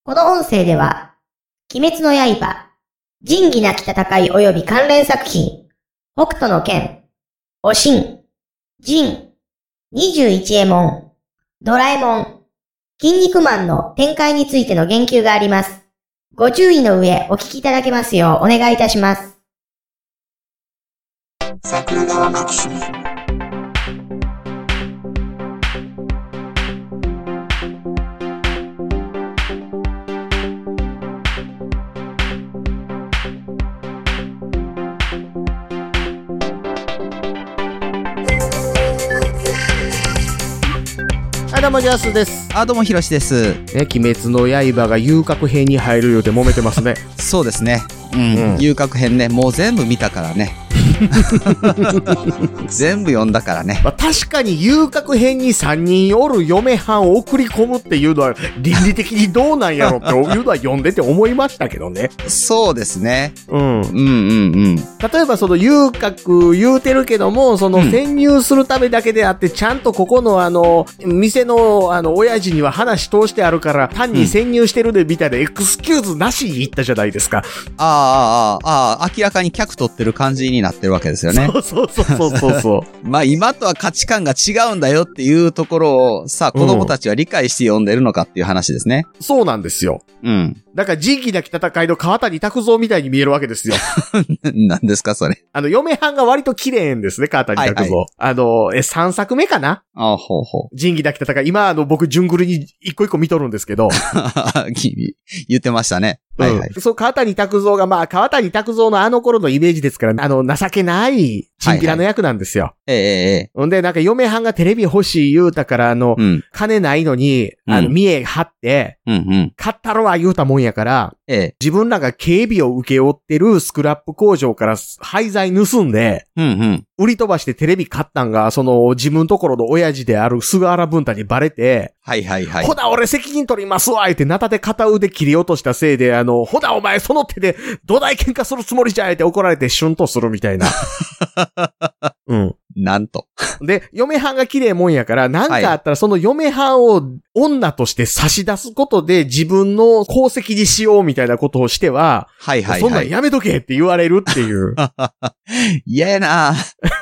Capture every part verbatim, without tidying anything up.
この音声では、鬼滅の刃、仁義なき戦い及び関連作品、北斗の拳、おしん、仁、にじゅういちエモン、ドラえもん、筋肉マンの展開についての言及があります。ご注意の上、お聞きいただけますようお願いいたします。 桜川マキシム。 はい、どうもジャスです。 あ、どうもひろしです。 ね、鬼滅の刃が遊郭編に入るようで揉めてますね。 そうですね。うん。うん、遊郭編ね、もう全部見たからね。全部読んだからね。 まあ、確かに遊郭編にさんにんおる嫁はんを送り込むっていうのは倫理的にどうなんやろっていうのは読んでて思いましたけどね。 そうですね。 うん。 うんうんうん。 例えばその遊郭言うてるけども、その潜入するためだけであって、ちゃんとここのあの、店のあの、親父には話通してあるから、単に潜入してるでみたいなエクスキューズなしに言ったじゃないですか。 ああ、ああ、ああ、明らかに客取ってる感じになってるわけですよね。 そうそうそうそうそう。 まあ今とは価値観が違うんだよっていうところをさ、子供たちは理解して読んでるのかっていう話ですね。 そうなんですよ。 うん。 だから仁義なき戦いの川谷拓三みたいに見えるわけですよ。 何ですかそれ。 あの、嫁はんが割と綺麗んですね、川谷拓三。はいはい、あの、え、さんさくめかなあ、ほうほう。 仁義なき戦い。今、あの、僕、順繰りに一個一個見とるんですけど。 言ってましたね。はいはい。 うん、そう、川谷拓三が、まあ、川谷拓三のあの頃のイメージですから、あの、情けない、チンピラの役なんですよ。はいはい、 ええええ。 んで、なんか、嫁はんがテレビ欲しい言うたから、あの、うん、金ないのに、あの、見栄張って、うんうん、買ったろは言うたもんやから、ええ、自分らが警備を請け負ってるスクラップ工場から廃材盗んで、うんうん、売り飛ばしてテレビ買ったんが、その、自分ところの親父である菅原文太にバレて、 はいはいはい。 ほな、俺責任取りますわって、なたで片腕切り落としたせいで、あの、ほな、お前その手で土台喧嘩するつもりじゃいって怒られてシュンとするみたいな。うん。 なんと。 で、嫁はんが綺麗もんやから、なんかあったらその嫁はんを女として差し出すことで自分の功績にしようみたいなことをしては、 はいはいはい。 そんなんやめとけって言われるっていう。 嫌やな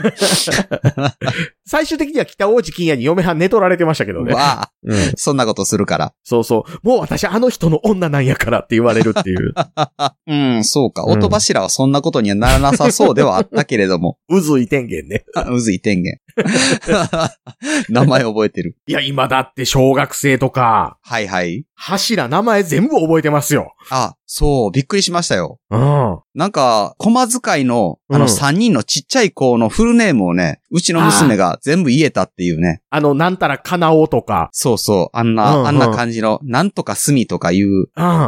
最終的には北大路欣也に嫁はん寝取られてましたけどね。 わあ、うん。そんなことするから。 そうそう。もう私あの人の女なんやからって言われるっていう。 うん、そうか。音柱はそんなことにはならなさそうではあったけれども。 うずい天元ね。 うずい天元。名前覚えてる。 いや、今だって小学生とか。 はいはい。 柱、名前全部覚えてますよ。 あ、そう、びっくりしましたよ。 うん。 なんか、駒使いの、あの三人のちっちゃい子のフルネームをね、うちの娘が全部言えたっていうね。 あの、なんたらかなおとか。 そうそう、あんな、うんうん、あんな感じの、なんとかすみとかいう、うん、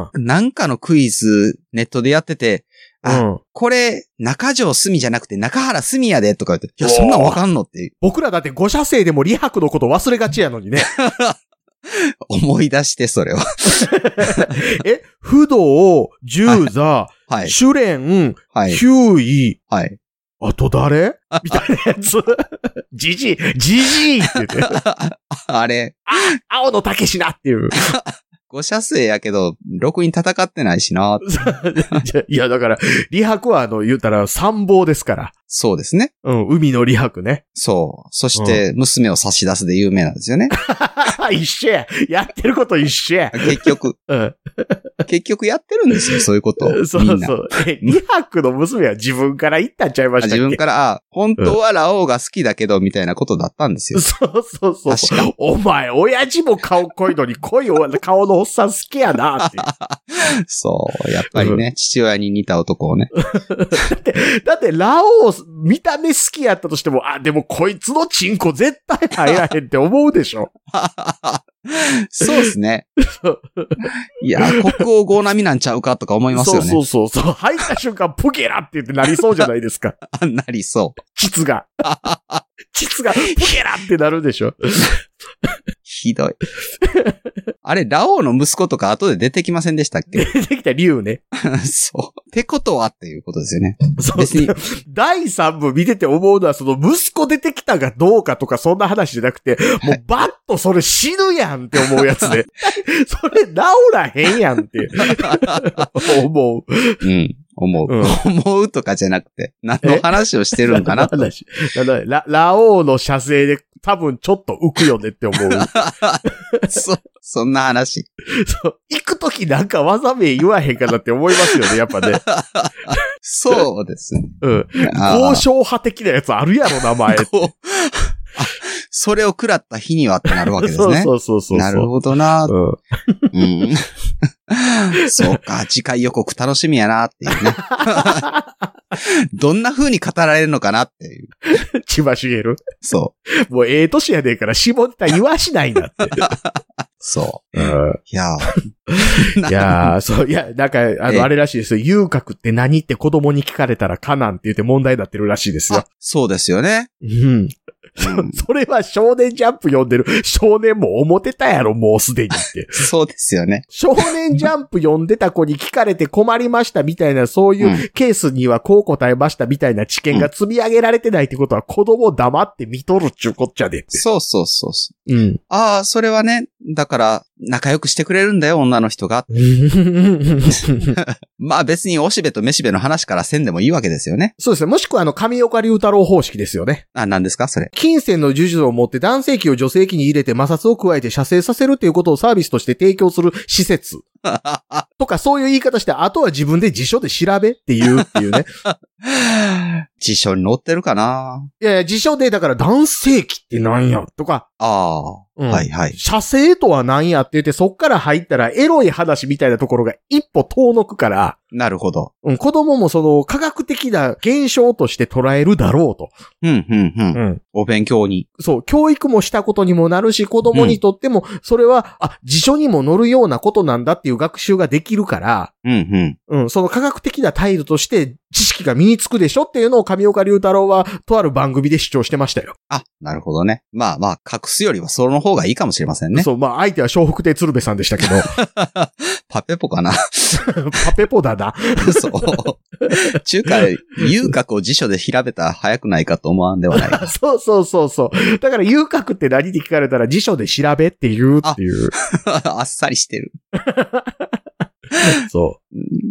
なんかのクイズネットでやってて、あ、うん、これ、中条すみじゃなくて中原すみやでとか言って、いや、そんなんわかんのっていう。 僕らだって五社生でも理白のこと忘れがちやのにね。 思い出してそれを。 え、不動、十座、はい、修練、はい、ヒューイ、はい、あと誰みたいなやつ。じじい、じじいって言って。 あれ。 あ、青野武士なっていう。 五社生やけど、ろくに戦ってないしな。 いや、だから、李白はあの、言うたら参謀ですから。 そうですね。 うん、海の李白ね。 そう。そして、娘を差し出すで有名なんですよね。 一緒や。やってること一緒や。 結局。うん。結局やってるんですよ、そういうこと。 そうそう。え、李白の娘は自分から言ったんちゃいましたっけ？ 自分から、あ、本当はラオウが好きだけど、みたいなことだったんですよ。 そうそうそう。確か。お前、親父も顔濃いのに濃い顔のおっさん好きやなって。 そう。やっぱりね、うん、父親に似た男をね。 だって、だってラオウ、見た目好きやったとしても、あ、でもこいつのチンコ絶対入らへんって思うでしょ。 そうですね。いや、国王号並みなんちゃうかとか思いますよね。 そうそうそうそう。入った瞬間、プケラって言ってなりそうじゃないですか。 なりそう。 膣が。膣が、プケラってなるでしょ。 ひどい。 あれ、ラオウの息子とか後で出てきませんでしたっけ？ 出てきた竜ね。 そう。ってことはっていうことですよね。 そうですね。だいさん部見てて思うのは、その息子出てきたかどうかとかそんな話じゃなくて、もうバッとそれ死ぬやんって思うやつで。それ治らへんやんって思う。 うん。思う、うん。思うとかじゃなくて、何の話をしてるんかなと。 話ラ、ラオウの射精で多分ちょっと浮くよねって思う。 そ、そんな話。 そう。行くときなんか技名言わへんかなって思いますよね、やっぱね。 そうですね。 うん。交渉派的なやつあるやろ、名前。 あ、それを食らった日にはってなるわけですね。 そうそうそうそう。 なるほどな。 うん。 うん、そうか、次回予告楽しみやなっていうね。どんな風に語られるのかなっていう。 千葉茂。 そう。 もうええ年やねえから下ネタ言わしないなって。 そう。 うん、 いやー。いやー、そう、いや、なんか、あの、あれらしいですよ。遊郭って何って子供に聞かれたらかなんって言って問題になってるらしいですよ。あ、 そうですよね。 うん。うん、それは少年ジャンプ読んでる少年も思ってたやろ、もうすでにって。 そうですよね。 少年ジャンプ読んでた子に聞かれて困りましたみたいな、そういうケースにはこう答えましたみたいな知見が積み上げられてないってことは子供黙って見とるっちゅうこっちゃでって。 そうそうそうそう。 うん。 ああ、それはね、だから仲良くしてくれるんだよ、女の人が。まあ別におしべとめしべの話からせんでもいいわけですよね。 そうですね。もしくはあの、上岡龍太郎方式ですよね。 あ、何ですかそれ。 金銭の呪術を持って男性器を女性器に入れて摩擦を加えて射精させるっていうことをサービスとして提供する施設。とかそういう言い方して、あとは自分で辞書で調べっていうっていうね。 辞書に載ってるかないやいや、辞書でだから男性器ってなんやとか。 ああ。うん、はいはい。 射精とは何やって言って、そっから入ったらエロい話みたいなところが一歩遠のくから。 なるほど。 うん、子供もその科学的な現象として捉えるだろうと。 うん、うん、うん。うん。お勉強に。 そう、教育もしたことにもなるし、子供にとっても、それは、うん、あ、辞書にも載るようなことなんだっていう学習ができるから。 うん、 うん。うん、その科学的な態度として知識が身につくでしょっていうのを上岡龍太郎は、とある番組で主張してましたよ。 あ、なるほどね。まあまあ、隠すよりはその方がいいかもしれませんね。 そう、まあ相手は笑福亭鶴瓶さんでしたけど。 パペポかなパペポだな。 そう。中華、遊郭を辞書で調べたら早くないかと思わんではないか。 そうそうそうそう。だから遊郭って何って聞かれたら辞書で調べって言うっていう。 あ, あっさりしてる。 そう、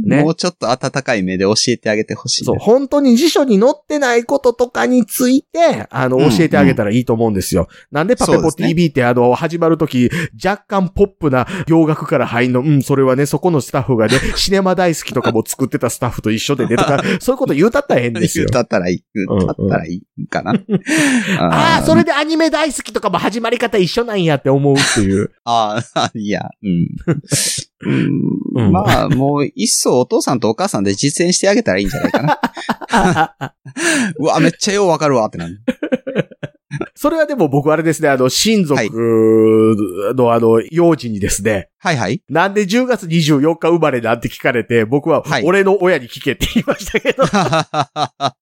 ね。もうちょっと温かい目で教えてあげてほしい。 そう、本当に辞書に載ってないこととかについて、あの、教えてあげたらいいと思うんですよ。うんうん、なんでパペポ ティービー って、ね、あの、始まるとき、若干ポップな洋楽から入んの、うん、それはね、そこのスタッフがね、シネマ大好きとかも作ってたスタッフと一緒でね、とか、そういうこと言うたったら変ですよ。 言うたったらいい。言うたったらいいかな。うんうん、 ああ、それでアニメ大好きとかも始まり方一緒なんやって思うっていう。 ああ、いや、うん。うん、まあ、もう、いっそお父さんとお母さんで実践してあげたらいいんじゃないかな。うわ、めっちゃようわかるわってなる。 それはでも僕あれですね、あの、親族のあの、幼児にですね。 はいはい。 なんでじゅうがつにじゅうよっか生まれなんて聞かれて、僕は俺の親に聞けって言いましたけど。 はい、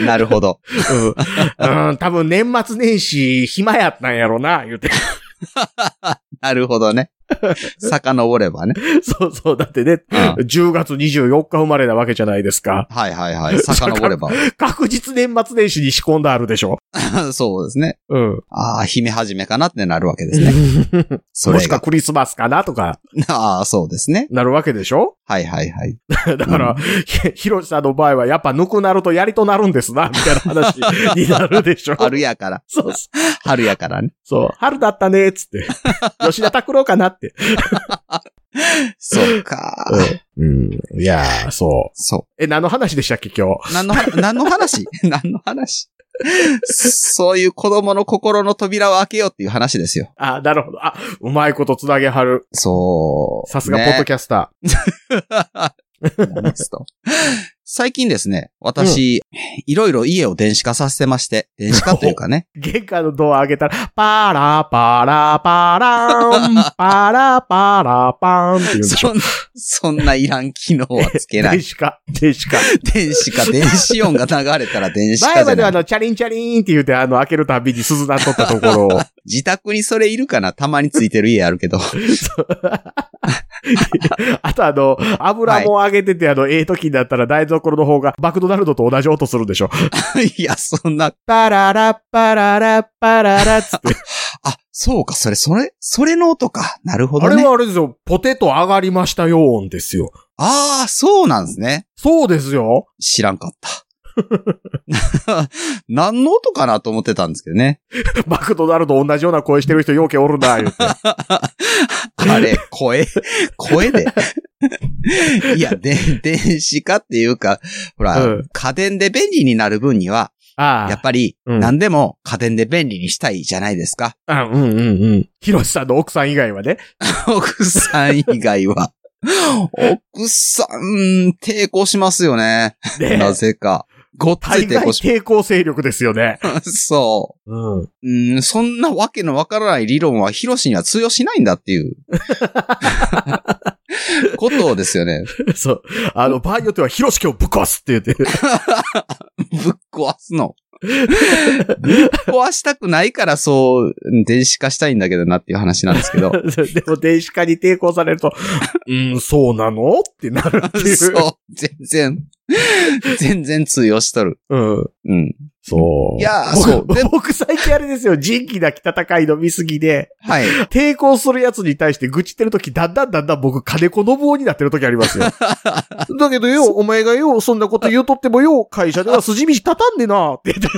なるほど。 うん、うん。多分年末年始暇やったんやろな、言うて。 なるほどね。遡ればね。 そうそう。だってね、うん、じゅうがつにじゅうよっか生まれなわけじゃないですか。 はいはいはい。遡れば。 確実年末年始に仕込んであるでしょ。 そうですね。 うん。 ああ、姫始めかなってなるわけですね。 それもしくはクリスマスかなとか。 ああ、そうですね。 なるわけでしょ。 はいはいはい。 だから、うん、ひろしさんの場合はやっぱぬくなるとやりとなるんですな、みたいな話になるでしょ。 春やから。 そう。 春やからね。 そう。春だったね、つって。吉田拓郎かなって。 そうか、 うん。うん。いやー、そう。 そう。 え、何の話でしたっけ、今日。 何の、何の話何の話そういう子供の心の扉を開けようっていう話ですよ。 あ、なるほど。あ、うまいことつなげはる。 そう。 さすがポッドキャスター。 何ですと。 最近ですね、私、うん、いろいろ家を電子化させてまして、電子化というかね。 玄関のドア開けたら、パラパラパラーン、パラパラパーンって言うんでしょ。 そんな、そんないらん機能はつけない。 電子化、電子化。 電子化、電子音が流れたら電子化じゃない。 前まではあの、チャリンチャリンって言うて、あの、開けるたびに鈴鳴っとったところを。 自宅にそれいるかな？たまについてる家あるけど。 あとあの、油も揚げてて、はい、あの、ええ時になったら台所の方がマクドナルドと同じ音するんでしょ。 いや、そんな。 パララパララパララつって。 あ、そうか、それ、それ、それの音か。なるほどね。 あれはあれですよ。ポテト上がりましたよ音ですよ。 ああ、そうなんですね。 そうですよ。 知らんかった。何の音かなと思ってたんですけどね。 マクドナルド同じような声してる人ようけおるな、言うて。 あれ、声、声で。いや、で、電子化っていうか、ほら、うん、家電で便利になる分には、ああやっぱり、うん、何でも家電で便利にしたいじゃないですか。 あ、うんうんうん。ヒロシさんの奥さん以外はね。 奥さん以外は。奥さん、抵抗しますよね。ねなぜか。ごっつい抵抗し、 抵抗勢力ですよね。 そう。うん。うん、そんなわけのわからない理論はヒロシには通用しないんだっていう。ことですよね。 そう。あの、場合によってはヒロシ今日ぶっ壊すって言って。 ぶっ壊すの。ぶっ壊したくないからそう、電子化したいんだけどなっていう話なんですけど。 でも電子化に抵抗されると、うん、そうなのってなるっていう。 そう。全然。全然通用しとる。うん。うん。 そう。 いやー、そう。 僕最近あれですよ、仁義なき戦いの見過ぎで、 はい。 抵抗するやつに対して愚痴ってるとき、だんだんだんだん僕、金子信夫になってるときありますよ。だけどよ、お前がよ、そんなこと言うとってもよ、会社では筋道立たんでな、って言って。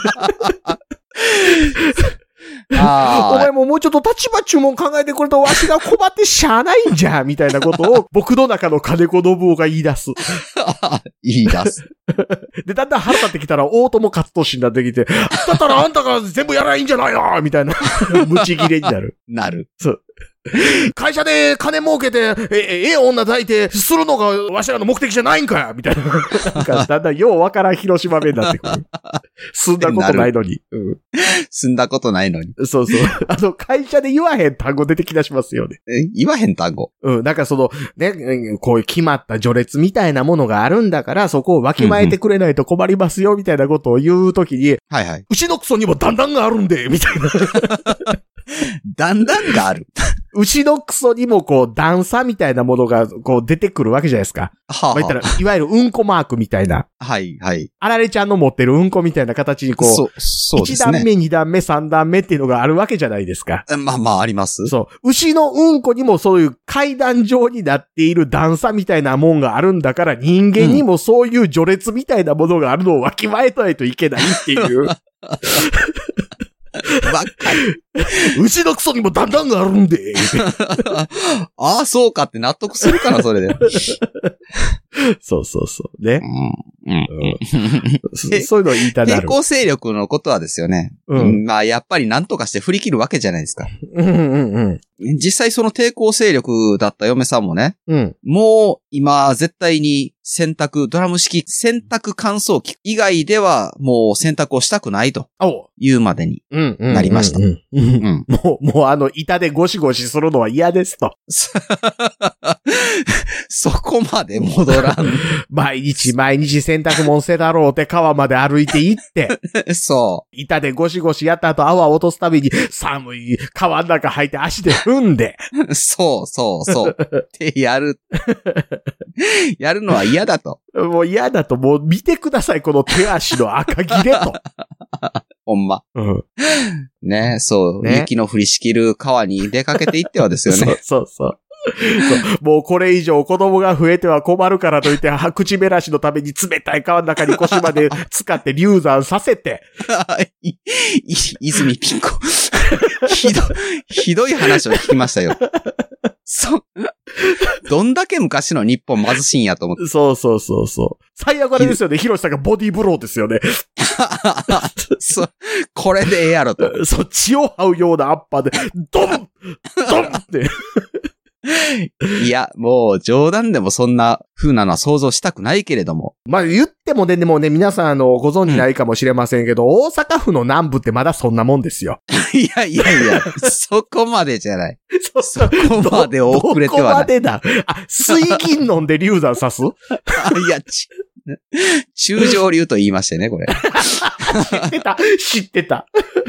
あお前ももうちょっと立場注文考えてくれたわしが困ってしゃあないんじゃ、みたいなことを僕の中の金子信夫が言い出す。 言い出す。 で、だんだん腹立ってきたら大友勝利になってきて、だったらあんたが全部やらいいんじゃないのみたいな。無知切れになる。 なる。 そう。会社で金儲けて、え、ええ女抱いて、するのがわしらの目的じゃないんかやみたいな。なんか、だんだんようわからん広島弁になってくる。済んだことないのに。うん、 済んだことないのに。 そうそう。あの、会社で言わへん単語出てきだしますよね。 え、言わへん単語うん。なんかその、ね、こういう決まった序列みたいなものがあるんだから、そこをわきまえてくれないと困りますよ、みたいなことを言うときに、 はいはい。 牛のクソにも段々があるんで、みたいな。 段々がある。 牛のクソにもこう段差みたいなものがこう出てくるわけじゃないですか。はあはあ、まあ、言ったらいわゆるうんこマークみたいな。 はいはい。 あられちゃんの持ってるうんこみたいな形にこう、 そうそうですね。 いち段目、に段目、さん段目っていうのがあるわけじゃないですか。 まあまああります。 そう。牛のうんこにもそういう階段状になっている段差みたいなもんがあるんだから、人間にもそういう序列みたいなものがあるのをわきまえとないといけないっていう。 わかる。 牛のクソにも段々があるんで。 ああ、そうかって納得するかな、それで。 そうそうそう。ね。 うん。うん、 そういうのを言いたなる。 抵抗勢力のことはですよね。うん。まあ、やっぱり何とかして振り切るわけじゃないですか。 うんうんうん。 実際その抵抗勢力だった嫁さんもね。 うん。 もう今絶対に洗濯、ドラム式洗濯乾燥機以外ではもう洗濯をしたくないというまでになりました。 もう、もうあの板でゴシゴシするのは嫌ですと。 そこまで戻らん。 毎日毎日洗濯物捨てだろうって川まで歩いて行って。 そう。 板でゴシゴシやった後泡を落とすたびに寒い川の中入って足で踏んで。 そうそうそう。ってやる。やるのは嫌だと。 もう嫌だと。もう見てください。この手足の赤切れと。 ほんま。 うん。 ねそう、ね。雪の降りしきる川に出かけていってはですよね。 そうそうそう。そうもうこれ以上子供が増えては困るからといって、口べらしのために冷たい川の中に腰まで使って流産させて。 い、い、泉ピン子。ひど、ひどい話を聞きましたよ。そ、どんだけ昔の日本貧しいんやと思って。 そうそうそうそう。最悪あれですよね。ヒロシさんがボディーブローですよね。 そ、これでええやろと。 そう、血を這うようなアッパーで、ドンドンって。 いや、もう冗談でもそんな風なのは想像したくないけれども。 まあ言ってもね、でもね、皆さんあの、ご存知ないかもしれませんけど、うん、大阪府の南部ってまだそんなもんですよ。 いやいやいや、そこまでじゃない。そ、そこまで遅れてはない。 どこまでだ。あ、水銀飲んで流産さすいや、ち、中上流と言いましてね、これ。 知ってた。知ってた。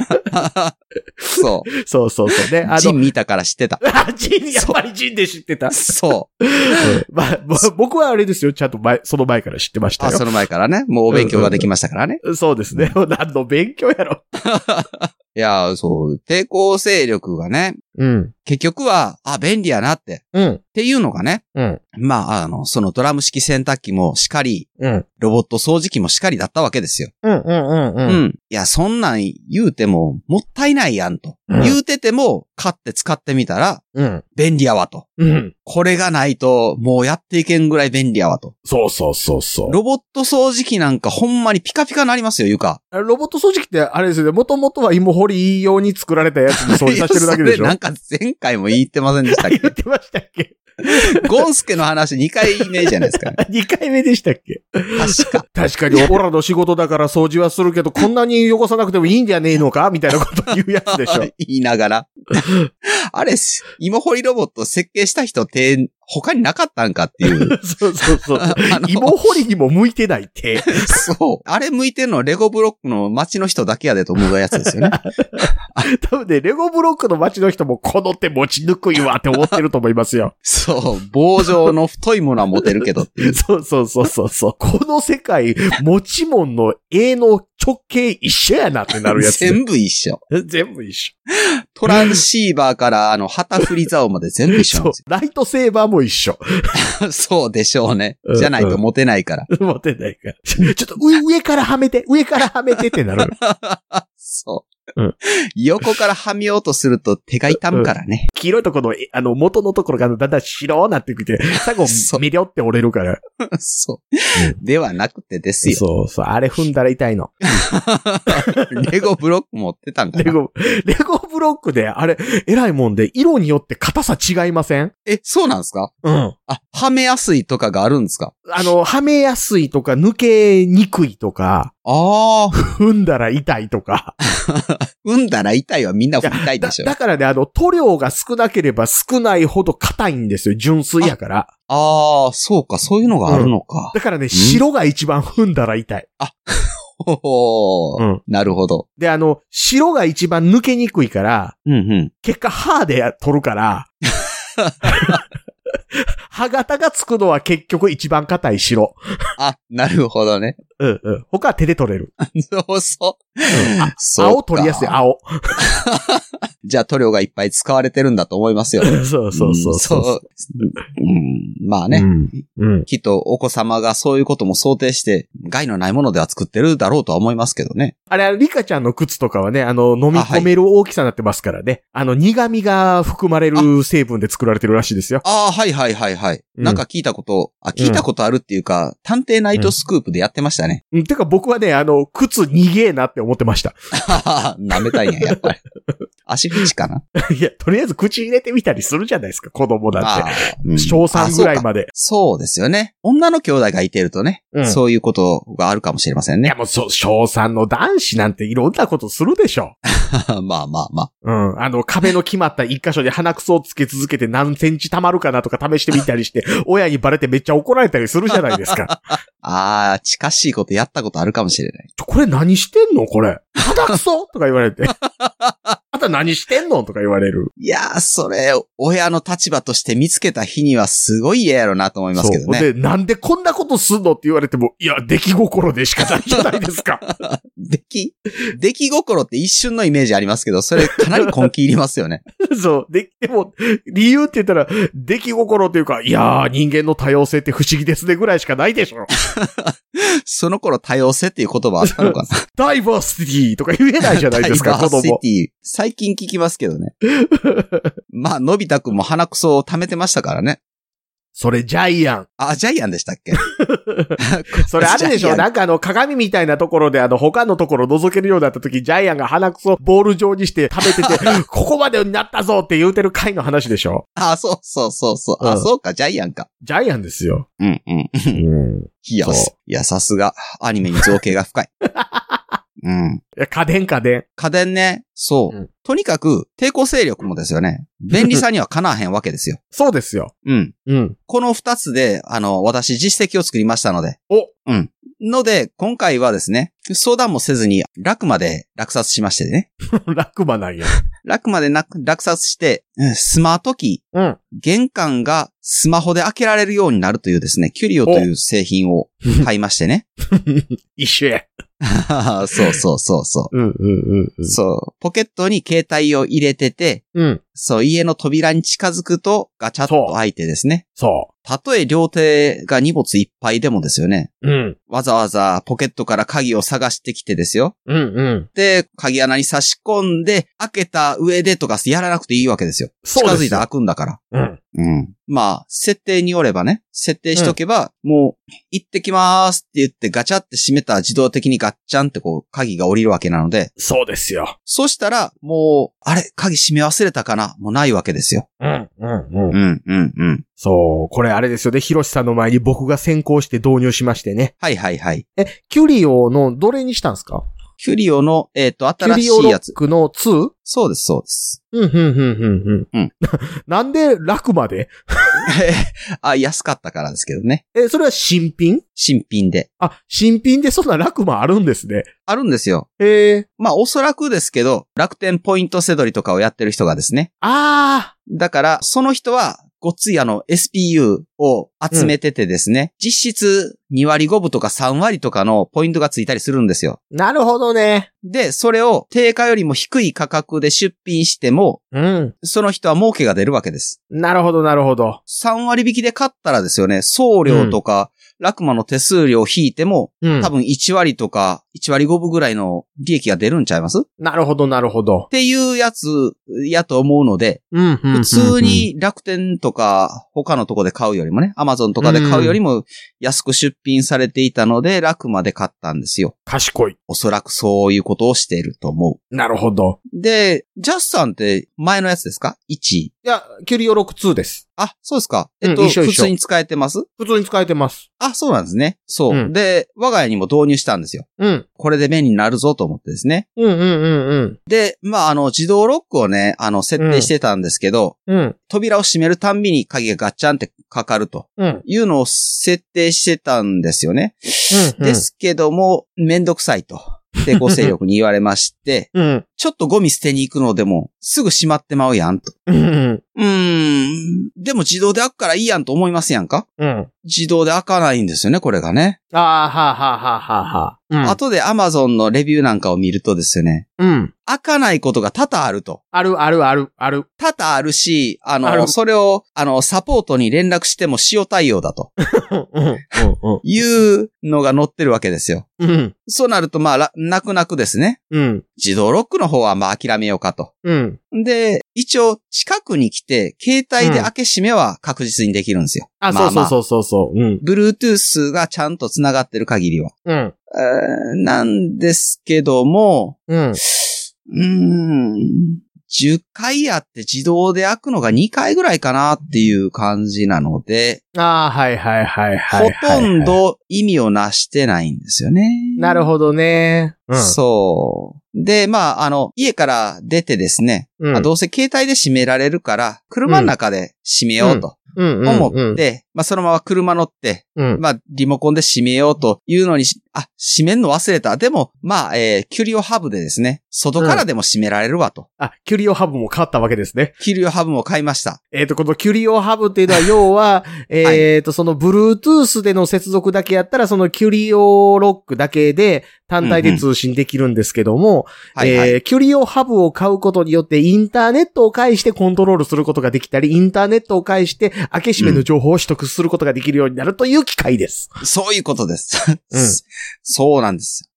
そう。 そうそうそうね。 あの、ジン見たから知ってた。 ジン、やっぱりジンで知ってた。 そう。 まあ、僕はあれですよ。ちゃんと前、その前から知ってましたよ。 あ、その前からね。もうお勉強ができましたからね。 うんうん、そうですね。何の勉強やろ。 いや、そう。抵抗勢力がね。 うん。 結局は、あ、便利やなって。 うん。 っていうのがね。 うん。 まあ、あの、そのドラム式洗濯機もしかり、 うん。 ロボット掃除機もしかりだったわけですよ。 うんうんうんうん。 うん。いや、そんなん言うても、もったいないやんと。うん、言うてても、買って使ってみたら、 うん。 便利やわと。 うん。 これがないと、もうやっていけんぐらい便利やわと。 そうそうそうそう。 ロボット掃除機なんかほんまにピカピカなりますよ、床。 ロボット掃除機ってあれですよね、もともとは芋掘り用に作られたやつに掃除させてるだけでしょ。 なんか前回も言ってませんでしたっけ言ってましたっけゴンスケの話にかいめじゃないですか。 にかいめでしたっけ確か。 確かに、オラの仕事だから掃除はするけど、こんなに汚さなくてもいいんじゃねえのかみたいなこと言うやつでしょ。 言いながら。あれ、芋掘りロボット設計した人って他になかったんかっていう。 そうそうそう。芋掘りにも向いてないって。 そう。あれ向いてるのはレゴブロックの街の人だけやでと思うやつですよね。 多分ね、レゴブロックの街の人もこの手持ちにくいわって思ってると思いますよ。 そう。棒状の太いものは持てるけどっていう。 そうそうそうそうそう。この世界、持ち物の絵の直径一緒やなってなるやつ。 全部一緒。 全部一緒。 トランシーバーからあの旗振り竿まで全部一緒なんですよ。 ライトセーバーも一緒。 そうでしょうね。じゃないと持てないから。 うんうん、持てないから。ちょっと上、上からはめて、上からはめてってなる。 そう。うん、横からはめようとすると手が痛むからね。 うん、黄色いところの、あの、元のところがだんだん白になってきて、最後、めりょって折れるから。 そう、うん。ではなくてですよ。 そうそう。あれ踏んだら痛いの。 レゴブロック持ってたんかな。 レゴ、レゴブロックで、あれ、偉いもんで、色によって硬さ違いません？ え、そうなんですか？ うん。 あ、はめやすいとかがあるんですか？ あの、はめやすいとか、抜けにくいとか。 ああ。 踏んだら痛いとか。 踏んだら痛いはみんな痛いでしょ。 だ, だからね、あの、塗料が少なければ少ないほど硬いんですよ。純粋やから。 ああ、そうか、そういうのがあるのか。 うん、だからね、白が一番踏んだら痛い。 あ、ほー、うん。なるほど。 で、あの、白が一番抜けにくいから、 うんうん、 結果、歯で取るから、歯型がつくのは結局一番硬い白。 あ、なるほどね。 うんうん。他は手で取れる。 そうそう。 うん、あそう青取りやすい、青。 じゃあ塗料がいっぱい使われてるんだと思いますよ。 そうそうそうそう、うん、そう。 うん、まあね、うんうん。きっとお子様がそういうことも想定して、害のないものでは作ってるだろうとは思いますけどね。 あれ、リカちゃんの靴とかはね、あの、飲み込める大きさになってますからね。あ,、はい、あの、苦味が含まれる成分で作られてるらしいですよ。 ああ、はいはいはいはい。うん、なんか聞いたこと、あ、聞いたことあるっていうか、うん、探偵ナイトスクープでやってましたね。 うん、てか僕はね、あの、靴逃げーなって思ってました。 舐めたいんや、やっぱり。足口かないや、とりあえず口入れてみたりするじゃないですか、子供だって。うん、小さんぐらいまでそ。そうですよね。女の兄弟がいてるとね、うん、そういうことがあるかもしれませんね。 いや、もうそう、小さんの男子なんていろんなことするでしょ。 まあまあまあ。 うん。あの、壁の決まった一箇所で鼻くそをつけ続けて何センチ溜まるかなとか試してみたりして、親にバレてめっちゃ怒られたりするじゃないですか。 ああ、近しいことやったことあるかもしれない。 ちょ、これ何してんのこれ。鼻くそとか言われて。あと何してんのとか言われる。 いやー、それ、親の立場として見つけた日にはすごい嫌やろなと思いますけどね。 そう。で、なんでこんなことすんのって言われても、いや、出来心でしかないじゃないですか。 出来、出来心って一瞬のイメージありますけど、それかなり根気いりますよね。 そう。で、でも、理由って言ったら、出来心っていうか、いやー、人間の多様性って不思議ですねぐらいしかないでしょ。 その頃多様性っていう言葉あったのかな。 ダイバーシティとか言えないじゃないですか、子供。ダイバーシティ。 最近聞きますけどね。まあ、のび太くんも鼻くそを溜めてましたからね。 それジャイアン。 あ、ジャイアンでしたっけ？ それあれでしょでしたっけそれあれでしょなんかあの鏡みたいなところであの他のところ覗けるようになった時、ジャイアンが鼻くそボール状にして食べてて、ここまでになったぞって言うてる回の話でしょ。 あ、そうそうそうそう。うん、あ、そうか、ジャイアンか。 ジャイアンですよ。 うんうん。うん、いや、いや、さすが、アニメに造形が深い。うん。 いや、家電家電。 家電ね。そう。うん、とにかく、抵抗勢力もですよね。便利さにはかなわへんわけですよ。 そうですよ。 うん。うん。この二つで、あの、私実績を作りましたので。 おうん。ので、今回はですね、相談もせずに、楽まで落札しましてね。 楽まなんや。 楽までな落札して、スマートキー、うん、玄関がスマホで開けられるようになるというですね、キュリオという製品を買いましてね。 一緒や。 そうそうそうそう。 うんうんうんうん、 そう。ポケットに携帯を入れてて、 うん、 そう、家の扉に近づくとガチャッと開いてですね。 そう。 たとえ両手が荷物いっぱいでもですよね。 うん。 わざわざポケットから鍵を探してきてですよ。 うんうん。 で、鍵穴に差し込んで、開けた上でとかやらなくていいわけですよ。 そうですよ。 近づいたら開くんだから。 うん。 うん。まあ、設定によればね、設定しとけば、うん、もう、行ってきまーすって言ってガチャって閉めたら自動的にガッチャンってこう、鍵が降りるわけなので。 そうですよ。 そしたら、もう、あれ、鍵閉め忘れたかなもうないわけですよ。 うん、うん、うん。 うん、うん、うん。 そう、これあれですよね。ヒロシさんの前に僕が先行して導入しましてね。 はいはいはい。 え、キュリオのどれにしたんですか？ キュリオの、えっと、新しいやつ。 キュリオロックの ツー？ そうです、そうです。 うん、うん、うん、うん、うん。なんで楽まであ、安かったからですけどね。 え、それは新品？ 新品で。 あ、新品でそんな楽もあるんですね。 あるんですよ。 へえ。 まあ、おそらくですけど、楽天ポイントせどりとかをやってる人がですね。 ああ。 だから、その人は、ごっついあの エスピーユー を集めててですね、うん、実質にわりごぶとかさんわりとかのポイントがついたりするんですよ。 なるほどね。 で、それを定価よりも低い価格で出品しても、 うん、 その人は儲けが出るわけです。 なるほど、なるほど。 さんわり引きで買ったらですよね、送料とか、うん、ラクマの手数料を引いても、うん、多分いちわりとかいちわりごぶぐらいの利益が出るんちゃいます？ なるほど、なるほど。 っていうやつやと思うので、 うんうんうんうん、 普通に楽天とか他のとこで買うよりもね、アマゾンとかで買うよりも安く出品されていたので、ラクマで買ったんですよ。 賢い。 おそらくそういうことをしていると思う。なるほど。 で、ジャスさんって前のやつですか？ いちいや、キュリオロックツーです。 あ、そうですか。えっと、うん、一緒一緒。普通に使えてます？ 普通に使えてます。 あ、そうなんですね。そう、うん。で、我が家にも導入したんですよ。 うん。 これで便利になるぞと思ってですね。 うんうんうんうん。 で、まあ、あの、自動ロックをね、あの、設定してたんですけど、 うん。 扉を閉めるたんびに鍵がガッチャンってかかると。 うん。 いうのを設定してたんですよね。 うん、うん。 ですけども、めんどくさいと。抵抗勢力に言われまして、 うん、 ちょっとゴミ捨てに行くのでも、すぐ閉まってまうやんと。 うん、 うーん。でも自動で開くからいいやんと思いますやんか？ うん。 自動で開かないんですよね、これがね。 ああ、はあ、はあ、はあ、はあ。うん。 後で Amazon のレビューなんかを見るとですよね。 うん。 開かないことが多々あると。 ある、ある、ある、ある。 多々あるし、あの、 あそれを、あの、サポートに連絡しても使用対応だと。 うんうんうん、 いうのが載ってるわけですよ。 うん。 そうなると、まあ、泣く泣くですね。 うん。 自動ロックの方はまあ諦めようかと。 うん。 で、一応、近くに来て、携帯で開け閉めは確実にできるんですよ。 うん、あ、まあまあ、そうそうそうそう。うん。 Bluetooth がちゃんと繋がってる限りは。 うん。 なんですけども、 うん。 うーん。じゅっかいやって自動で開くのがにかいぐらいかなっていう感じなので。 ああ、はいはいはいはい、はい。 ほとんど意味をなしてないんですよね。 なるほどね。 うん、そう。で、まあ、あの、家から出てですね、うん、どうせ携帯で閉められるから、車の中で閉めようと。うん思って、うんうんうん、まあ、そのまま車乗って、 うん、 まあ、リモコンで閉めようというのに、あ、閉めんの忘れた。でも、まあ、えー、キュリオハブでですね、外からでも閉められるわと。 うん、あ、キュリオハブも買ったわけですね。 キュリオハブも買いました。 えっと、このキュリオハブっていうのは、要は、えっと、その、Bluetooth での接続だけやったら、そのキュリオロックだけで、単体で通信できるんですけども、うんうんえーはいはい、キュリオハブを買うことによってインターネットを介してコントロールすることができたり、インターネットを介して開け閉めの情報を取得することができるようになるという機械です。 うん、そういうことです、 うん。 そうなんです。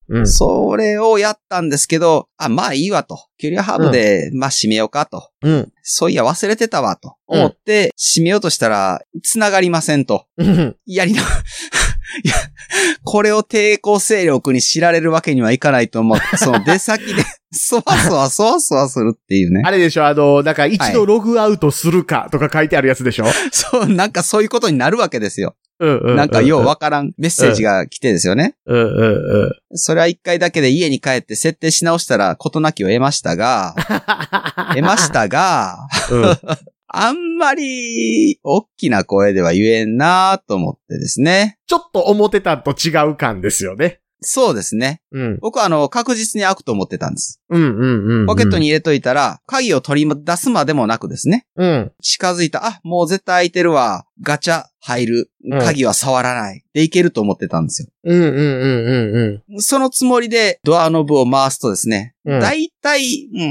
うん、 それをやったんですけど、あ、まあいいわと。キュリアハブで、うん、まあ閉めようかと。 うん。 そういや忘れてたわと。思って、閉めようとしたら、繋がりませんと。 うん、 やりな、いや、これを抵抗勢力に知られるわけにはいかないと思う。その出先で、そわそわそわそわするっていうね。 あれでしょ、あの、なんか一度ログアウトするかとか書いてあるやつでしょ、はい、 そう、なんかそういうことになるわけですよ。 うんうんうん、 なんかようわからんメッセージが来てですよね。 うんうんうん、 それは一回だけで家に帰って設定し直したら事なきを得ましたが、得ましたが、うん、あんまり大きな声では言えんなと思ってですね。 ちょっと思ってたと違う感ですよね。 そうですね。 うん、 僕はあの、確実に開くと思ってたんです。 うんうんうん、うん。 ポケットに入れといたら、鍵を取り出すまでもなくですね。 うん。 近づいた、あ、もう絶対開いてるわ。ガチャ入る。鍵は触らない。でいけると思ってたんですよ。 うんうんうんうんうん。 そのつもりでドアノブを回すとですね、 うん、 だいたい、うん、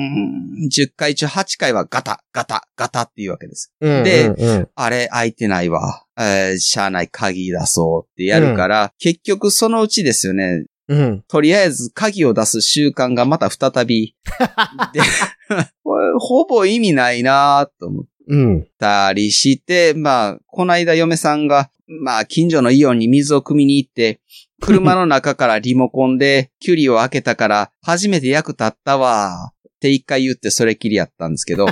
じゅっかい中はちかいはガタ、ガタ、ガタっていうわけです。 うんうんうん、 で、あれ開いてないわ。えー、しゃあない鍵出そうってやるから、うん、結局そのうちですよね。 うん。 とりあえず鍵を出す習慣がまた再び。でこれほぼ意味ないなと思ったりして、まあ、この間嫁さんが、まあ、近所のイオンに水を汲みに行って、車の中からリモコンでキュリを開けたから初めて役立ったわって一回言ってそれきりやったんですけど。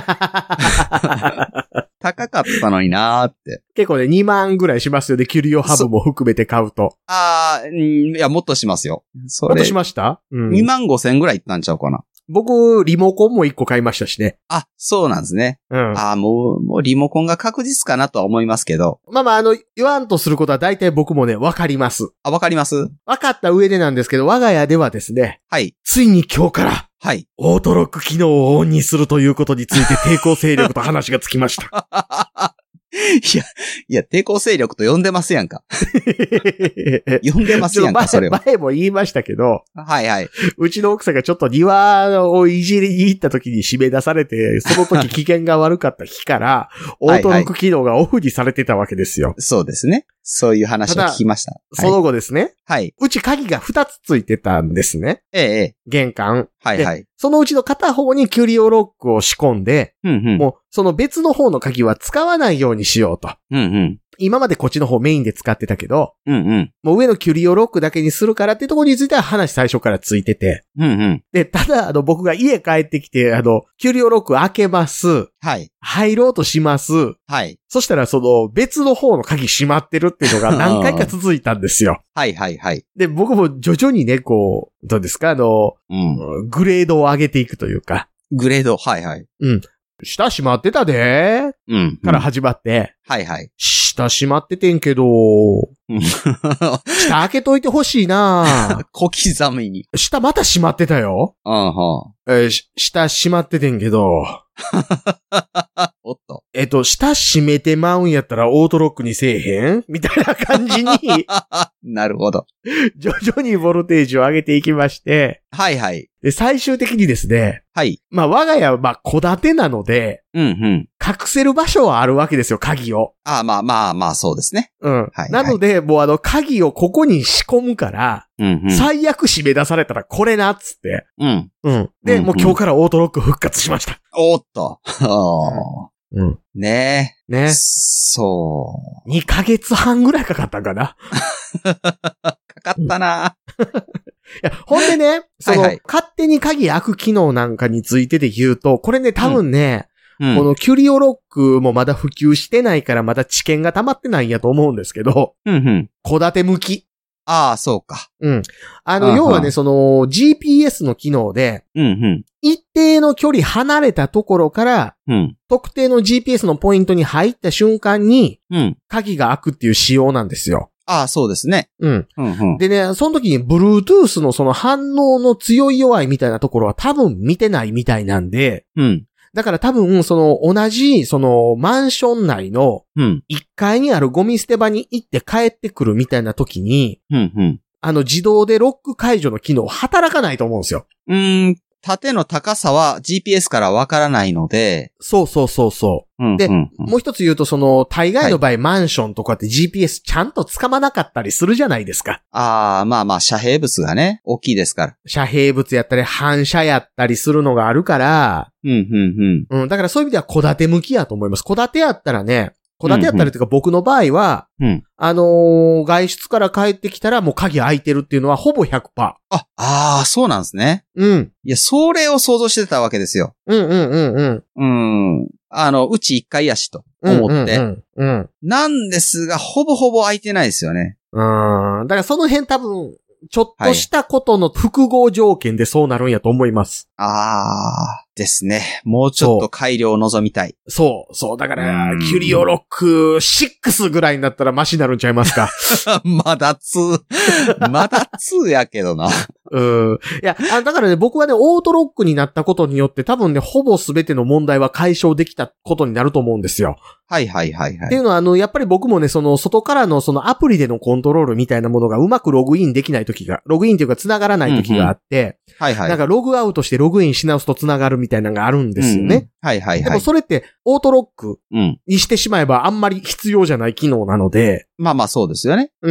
高かったのになーって。 結構ね、にまんぐらいしますよね。キュリオハブも含めて買うと。 ああ、いや、もっとしますよ。それもっとしました、 うん、にまんごせんぐらいいったんちゃうかな。 僕、リモコンもいっこ買いましたしね。 あ、そうなんですね。 うん。 ああ、もう、もうリモコンが確実かなとは思いますけど。 まあまあ、あの、言わんとすることは大体僕もね、わかります。 あ、わかります？ わかった上でなんですけど、我が家ではですね。 はい。 ついに今日から。 はい。 オートロック機能をオンにするということについて抵抗勢力と話がつきました。 いや、いや、抵抗勢力と呼んでますやんか。呼んでますやんか、それは。 前も言いましたけど。 はいはい。 うちの奥さんがちょっと庭をいじりに行った時に締め出されて、その時機嫌が悪かった日から、オートロック機能がオフにされてたわけですよ。はいはい、 そうですね。そういう話を聞きました。 その後ですね。 はい。 うち鍵がふたつついてたんですね。 ええ。 玄関。 はいはい。 そのうちの片方にキュリオロックを仕込んで、 うんうん、 もうその別の方の鍵は使わないようにしようと。 うんうん、 今までこっちの方メインで使ってたけど、 うんうん、 もう上のキュリオロックだけにするからっていうところについては話最初からついてて。 うんうん、 で、ただあの僕が家帰ってきて、あの、キュリオロック開けます。 はい。 入ろうとします。 はい。 そしたらその別の方の鍵閉まってるっていうのが何回か続いたんですよ。 はいはいはい。 で、僕も徐々にね、こう、どうですかあの、 うん、 グレードを上げていくというか。 グレード、はいはい。 うん。下閉まってたでうん。 から始まって。 はいはい。 下閉まっててんけど、下開けといてほしいな小刻みに。 下また閉まってたよ。 うんはえー、下閉まっててんけど。 おっと。 えっと、下閉めてまうんやったらオートロックにせえへんみたいな感じに。 なるほど。 徐々にボルテージを上げていきまして。 はいはい。 で、最終的にですね。 はい。 まあ、我が家は、まあ、戸建てなので。 うんうん。 隠せる場所はあるわけですよ、鍵を。 ああ、まあまあまあ、そうですね。 うん。 はい、はい。 なので、もうあの、鍵をここに仕込むから。 うんうん。 最悪締め出されたらこれな、っつって。 うん。 うん。で、うんうん、もう今日からオートロック復活しました。 おっと。 うん。 ねえ。ね。 そう。 にかげつはんぐらいかかったんかな。 かかったな。 いや、ほんでね、その、はいはい、勝手に鍵開く機能なんかについてで言うと、これね、多分ね、うん、このキュリオロックもまだ普及してないからまだ知見が溜まってないんやと思うんですけど、 うんうん。 戸建て向き。 ああ、そうか。 うん。あの、要はね、その、ジーピーエス の機能で、 うんうん。 一定の距離離れたところから、 うん。 特定の ジーピーエス のポイントに入った瞬間に、 うん。 鍵が開くっていう仕様なんですよ。 ああ、そうですね。 うん。 うんうん。 でね、その時に Bluetooth のその反応の強い弱いみたいなところは多分見てないみたいなんで、 うん。 だから多分、その同じ、そのマンション内のいっかいにあるゴミ捨て場に行って帰ってくるみたいな時に、 うんうん。 あの自動でロック解除の機能働かないと思うんですよ。 うーん、 縦の高さは ジーピーエス からわからないので。 そうそうそうそう。うん、で、うんうん、もう一つ言うと、その、大概の場合、はい、マンションとかって ジーピーエス ちゃんと掴まなかったりするじゃないですか。 ああ、まあまあ、遮蔽物がね、大きいですから。 遮蔽物やったり、反射やったりするのがあるから、 うん、うん、 うん。うん、だからそういう意味では戸建て向きやと思います。戸建てやったらね、戸建てやったりというか、僕の場合は、 うん、 あのー、外出から帰ってきたらもう鍵開いてるっていうのはほぼ ひゃくパーセント。 あ、ああ、そうなんですね。 うん。 いや、それを想像してたわけですよ。 うんうんうんうん。 うん。あの、うち一階やしと思って。 うんうんうん、うん。 なんですが、ほぼほぼ開いてないですよね。 うん。だからその辺多分、ちょっとしたことの複合条件でそうなるんやと思います。 はい、ああ、ですね。もうちょっと改良を望みたい。 そう、そう。だから、キュリオロックろくぐらいになったらマシになるんちゃいますか。 まだに。まだにやけどな。 うん。いや、あ、だからね、僕はね、オートロックになったことによって多分ね、ほぼ全ての問題は解消できたことになると思うんですよ。 はいはいはいはい。 っていうのは、あの、やっぱり僕もね、その、外からのそのアプリでのコントロールみたいなものがうまくログインできない時が、ログインというか繋がらない時があって、うんうん、 はいはい。 なんかログアウトしてログインし直すと繋がるみたいなのがあるんですよね。うん、 はいはいはい。 でもそれってオートロックにしてしまえばあんまり必要じゃない機能なので。 まあまあそうですよね。 うん。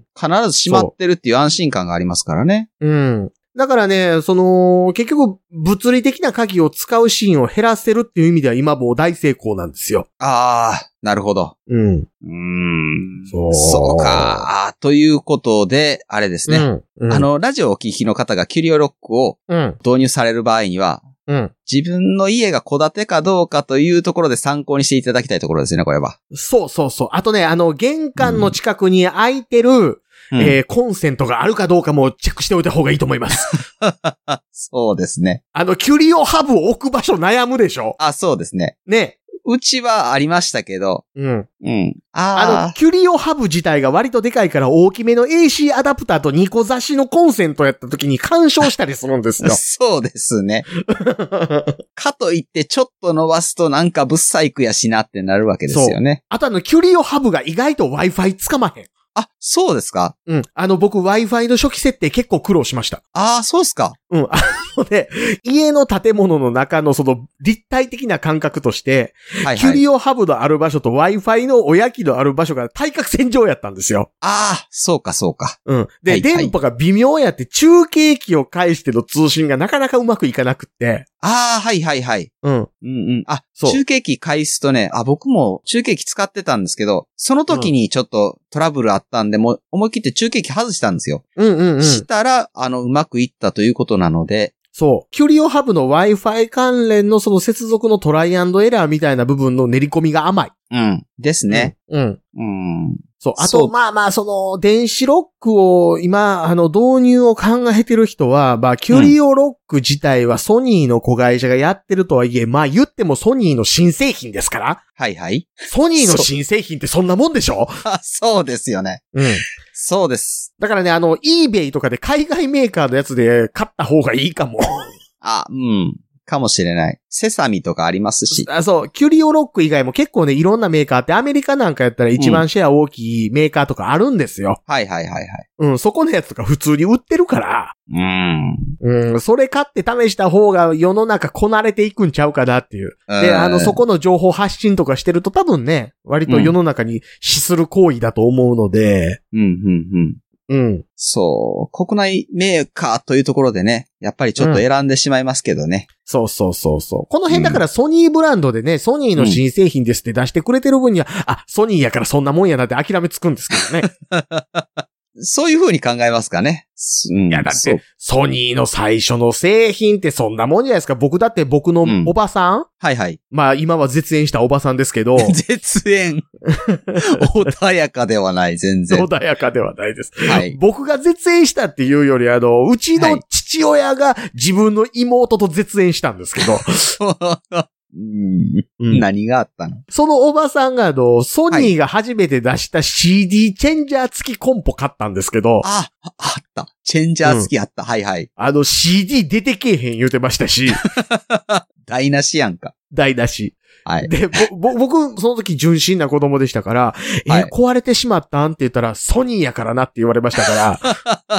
必ず閉まってるっていう安心感がありますからね。 うん。だからね、その、結局、物理的な鍵を使うシーンを減らせるっていう意味では今もう大成功なんですよ。 ああ、なるほど。 うん。うーん。そう。そうか。あということで、あれですね。うんうん、あの、ラジオをお聞きの方がキュリオロックを導入される場合には、 うん、 自分の家が戸建てかどうかというところで参考にしていただきたいところですね、これは。 そうそうそう。あとね、あの、玄関の近くに空いてる、うんえー、コンセントがあるかどうかもチェックしておいた方がいいと思います。 そうですね。 あの、キュリオハブを置く場所悩むでしょ？ あ、そうですね。 ね。 うちはありましたけど。 うん。 うん。 ああの、キュリオハブ自体が割とでかいから大きめの エーシー アダプターとにこ差しのコンセントやった時に干渉したりするんですよ。 そうですね。かといってちょっと伸ばすとなんかブッサイクやしなってなるわけですよね。 あとあの、キュリオハブが意外と Wi-Fi つかまへん。 あ、そうですか？ うん。あの、僕 Wi-Fi の初期設定結構苦労しました。 ああ、そうですか？ うん。あのね、家の建物の中のその立体的な感覚として、はいはい、キュリオハブのある場所と Wi-Fi のおやきのある場所が対角線上やったんですよ。 ああ、そうかそうか。 うん。で、はいはい、電波が微妙やって中継機を介しての通信がなかなかうまくいかなくって。 ああ、はいはいはい。 うん。うんうん。あ、中継機返すとね、あ、僕も中継機使ってたんですけど、その時にちょっとトラブルあったんで、もう思い切って中継機外したんですよ。 うんうんうん。 したら、あの、うまくいったということなので。 そう。キュリオハブの Wi-Fi 関連のその接続のトライアンドエラーみたいな部分の練り込みが甘い。 うん。ですね。 うん。 うん。うんそう。あと、まあまあ、その、電子ロックを今、あの、導入を考えてる人は、まあ、キュリオロック自体はソニーの子会社がやってるとはいえ、まあ言ってもソニーの新製品ですから。 はいはい。 ソニーの新製品ってそんなもんでしょ？ あ、そうですよね。 うん。 そうです。 だからね、あの、eBay とかで海外メーカーのやつで買った方がいいかも。 あ、うん。かもしれない。セサミとかありますし。 あ、そう。キュリオロック以外も結構ね、いろんなメーカーってアメリカなんかやったら一番シェア大きいメーカーとかあるんですよ。 うん、はいはいはいはい。 うん、そこのやつとか普通に売ってるから。 うん。 うん、それ買って試した方が世の中こなれていくんちゃうかなっていう。で、あの、そこの情報発信とかしてると多分ね、割と世の中に資する行為だと思うので。 うん、うん、うん。 うん。 そう。国内メーカーというところでね、やっぱりちょっと選んでしまいますけどね。 うん、そうそうそうそう。この辺だからソニーブランドでね、ソニーの新製品ですって出してくれてる分には、うん、あ、ソニーやからそんなもんやなって諦めつくんですけどね。 そういう風に考えますかね。 うん、いや、だって、ソニーの最初の製品ってそんなもんじゃないですか。僕だって僕のおばさん、うん、 はいはい。 まあ今は絶縁したおばさんですけど。 絶縁穏やかではない、全然。 穏やかではないです。 はい。 僕が絶縁したっていうより、あの、うちの父親が自分の妹と絶縁したんですけど。 うんうん、何があったの？ そのおばさんがあの、ソニーが初めて出した シーディー チェンジャー付きコンポ買ったんですけど。 あ、あった。チェンジャー付きあった。うん、はいはい。 あの シーディー 出てけえへん言うてましたし。 台無しやんか。 台無し。 はい。 で、ぼ、ぼ、僕、その時純真な子供でしたから、はい、え、壊れてしまったんって言ったら、ソニーやからなって言われましたから。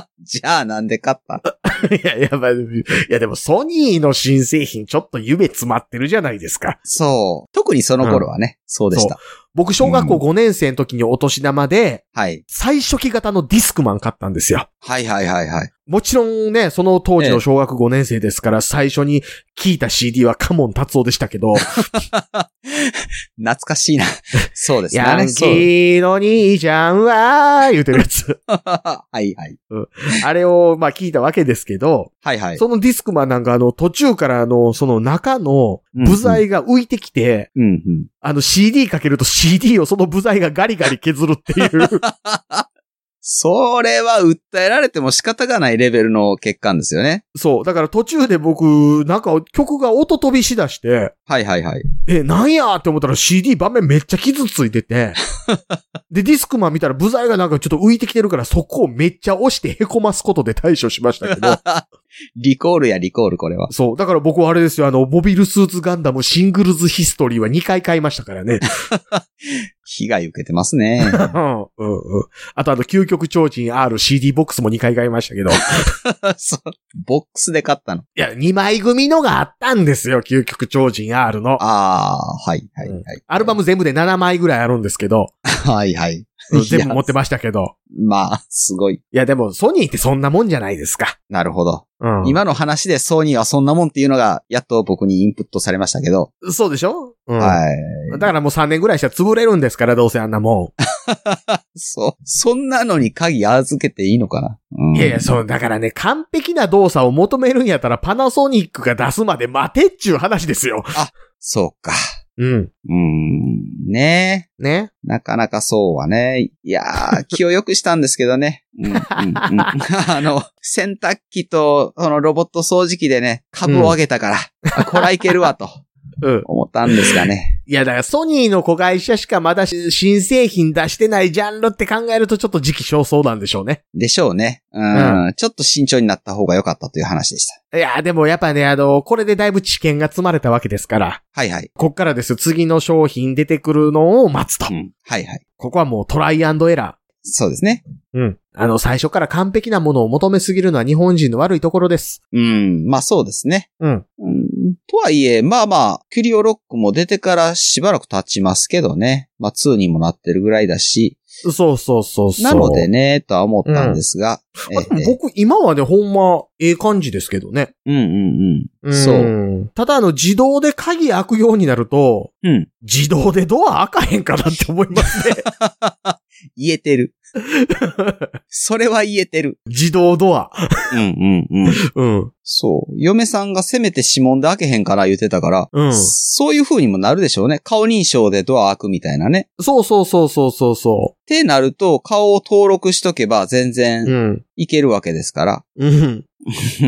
じゃあなんで買ったいや、いや、まあ、いや、でもソニーの新製品ちょっと夢詰まってるじゃないですか。 そう。特にその頃はね、うん、そうでした。 僕、小学校ごねん生の時にお年玉で、 うん、はい。 最初期型のディスクマン買ったんですよ。 はいはいはいはい。 もちろんね、その当時の小学ごねん生ですから、ええ、最初に聴いた シーディー はカモン達夫でしたけど。 懐かしいな。そうですね。 ヤンキーの兄ちゃんは、言うてるやつ。 はいはい、 うん。あれを、まあ聞いたわけですけど、 はいはい。 そのディスクマンなんかあの、途中からあの、その中の部材が浮いてきて、 うんうん、 あの シーディー かけると シーディー をその部材がガリガリ削るっていう。 それは訴えられても仕方がないレベルの欠陥ですよね。 そう。だから途中で僕、なんか曲が音飛びしだして、 はいはいはい。 え、なんやって思ったら シーディー 盤面めっちゃ傷ついてて、で、ディスクマン見たら部材がなんかちょっと浮いてきてるからそこをめっちゃ押してへこますことで対処しましたけど。 リコールやリコールこれは。 そう。だから僕はあれですよ、あの、モビルスーツガンダムシングルズヒストリーはにかい買いましたからね。 被害受けてますね。 うんうんうん。あとあの、究極超人 R シーディー ボックスもにかい買いましたけど。 そう。ボックスで買ったの。 いや、にまい組のがあったんですよ、究極超人 R の。 ああ、はいはいはい、うん。 アルバム全部でななまいぐらいあるんですけど。 はいはい。 全部持ってましたけど。 まあ、すごい。 いや、でも、ソニーってそんなもんじゃないですか。 なるほど。 うん、 今の話でソニーはそんなもんっていうのが、やっと僕にインプットされましたけど。 そうでしょ、うん、 はい。 だからもうさんねんぐらいしたら潰れるんですから、どうせあんなもん。 そう。そんなのに鍵預けていいのかな、 うん、いやいや、そう、だからね、完璧な動作を求めるんやったら、パナソニックが出すまで待てっちゅう話ですよ。 あ、そうか。 うん。 うーん。ねえ。ね。 なかなかそうはね。いやー、気を良くしたんですけどね。うんうんうん、あの、洗濯機と、そのロボット掃除機でね、株を上げたから、うん、こらいけるわと。うん。思ったんですがね。 いや、だからソニーの子会社しかまだ新製品出してないジャンルって考えるとちょっと時期尚早なんでしょうね。 でしょうね。うん。うん、ちょっと慎重になった方が良かったという話でした。 いや、でもやっぱね、あの、これでだいぶ知見が積まれたわけですから。 はいはい。 こっからです。次の商品出てくるのを待つと。 うん。はいはい。 ここはもうトライアンドエラー。 そうですね。 うん。あの、最初から完璧なものを求めすぎるのは日本人の悪いところです。 うん。まあそうですね。 うん。 うん、とはいえ、まあまあ、キュリオロックも出てからしばらく経ちますけどね。まあににもなってるぐらいだし。 そうそうそうそう。 なのでね、とは思ったんですが。 うんええ、僕、今はね、ほんま、ええ感じですけどね。 うんうんうん。 うんそう。ただ、あの、自動で鍵開くようになると、 うん。 自動でドア開かへんかなって思いますね。 言えてる。それは言えてる。 自動ドア。 うんうんうん。 うん。 そう。嫁さんがせめて指紋で開けへんから言ってたから、 うん。 そういう風にもなるでしょうね。顔認証でドア開くみたいなね。 そうそうそうそうそうそう。 ってなると、顔を登録しとけば全然、 うん。 いけるわけですから。 うん。 うん、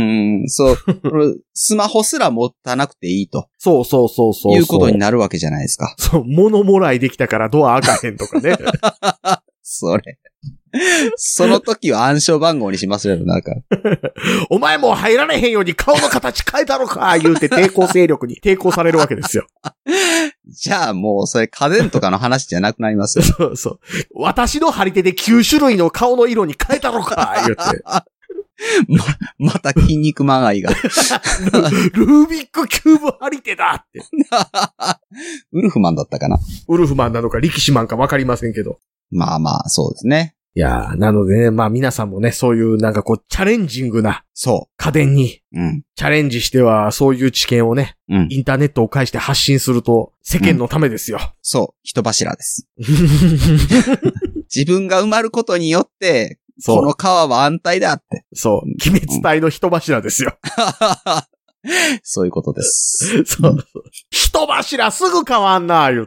そう。スマホすら持たなくていいと。 そうそうそうそう。 いうことになるわけじゃないですか。 そう、物もらいできたからドア開かへんとかね。 それ。その時は暗証番号にしますよ、なんか。 お前もう入られへんように顔の形変えたろか言うて抵抗勢力に抵抗されるわけですよ。 じゃあもうそれ家電とかの話じゃなくなりますよ。 そうそう。私の張り手できゅう種類の顔の色に変えたろか言うて。 ま、また筋肉まがいが。ルービックキューブ張り手だって。 ウルフマンだったかな。 ウルフマンなのか力士マンかわかりませんけど。 まあまあ、そうですね。 いやー、なのでね、まあ皆さんもね、そういうなんかこう、チャレンジングな、 そう。 家電に、 うん。 チャレンジしては、そういう知見をね、うん。インターネットを介して発信すると、世間のためですよ。うん、 そう。人柱です。自分が埋まることによって、この川は安泰だって。 そう。鬼滅隊の人柱ですよ。 そういうことです。 そう。人柱すぐ変わんな、言って。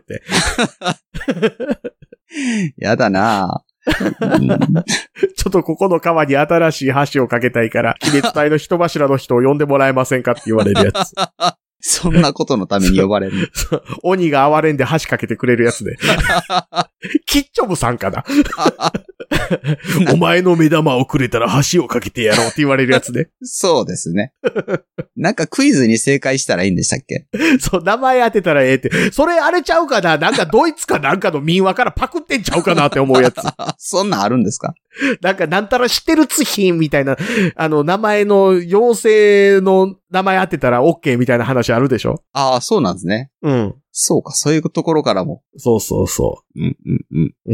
やだなぁ、うん、 ちょっとここの川に新しい橋を架けたいから、鬼滅隊の人柱の人を呼んでもらえませんかって言われるやつ。 そんなことのために呼ばれる。 鬼が哀れんで橋架けてくれるやつで。キッチョブさんかな。 お前の目玉をくれたら橋をかけてやろうって言われるやつね。 そうですね。なんかクイズに正解したらいいんでしたっけ？ そう、名前当てたらええって。それあれちゃうかな？なんかドイツかなんかの民話からパクってんちゃうかなって思うやつ。 そんなんあるんですか？ なんか、なんたら知ってるつひんみたいな、あの、名前の、妖精の名前当てたら OK みたいな話あるでしょ？ ああ、そうなんですね。 うん。 そうか、そういうところからも。 そうそうそう。 うんうんうん。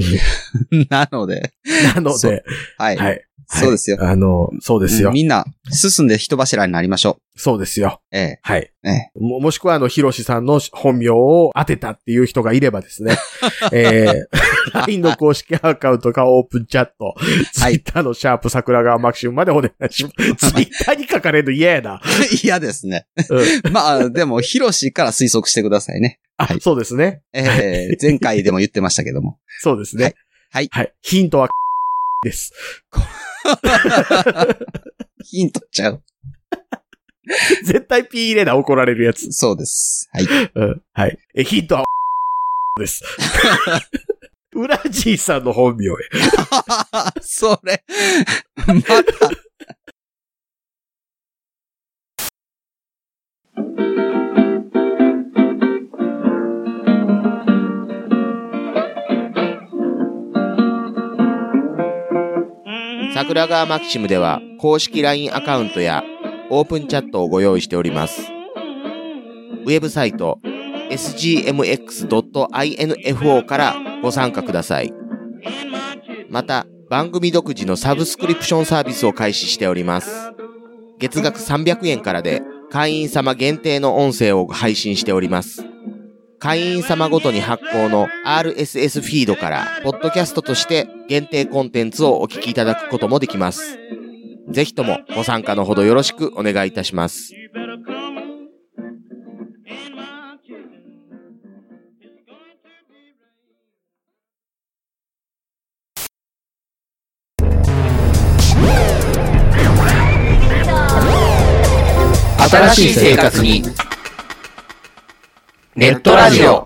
なので。 なので。 はい。 はい。 そうですよ。 あの、そうですよ。 うん、みんな、進んで人柱になりましょう。そうですよ。 ええ。 はい。 ええ。 も、もしくは、あの、ヒロシさんの本名を当てたっていう人がいればですね。えー、ライン の公式アカウントかオープンチャット、ツイッターのシャープ桜川マキシムまでお願いします。ツイッターに書かれるの嫌やな。 嫌ですね。うん、まあ、でも、ヒロシから推測してくださいね。 あ、はい、そうですね。 えー、前回でも言ってましたけども。 そうですね。はい。 はい。 はい、ヒントは、です。 ヒントちゃう。 絶対ピー入れな怒られるやつ。 そうです。はい。 うん。はい。え、ヒントは、です。ウラジーさんの本名へ。 それ、また。 桜川マキシムでは公式 ライン アカウントやオープンチャットをご用意しております。ウェブサイト エスジーエムエックスドットインフォー からご参加ください。また番組独自のサブスクリプションサービスを開始しております。月額さんびゃくえんからで会員様限定の音声を配信しております。会員様ごとに発行の アールエスエス フィードからポッドキャストとして限定コンテンツをお聞きいただくこともできます。ぜひともご参加のほどよろしくお願いいたします。 新しい生活にネットラジオ。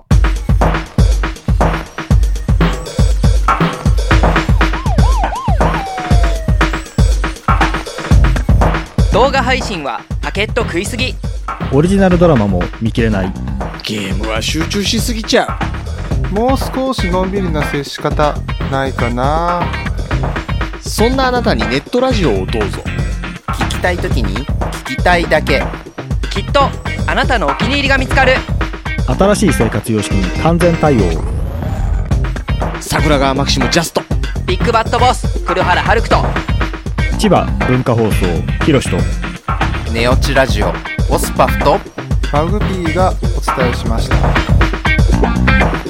動画配信はパケット食いすぎ。 オリジナルドラマも見切れない。 ゲームは集中しすぎちゃう。もう少しのんびりな接し方ないかな。 そんなあなたにネットラジオをどうぞ。 聞きたいときに聞きたいだけ。 きっとあなたのお気に入りが見つかる。 新しい生活様式に完全対応。 桜川マキシムジャスト。 ビッグバットボス黒原遥人。 千葉文化放送ひろしとネオチラジオオスパフとマグピーがお伝えしました。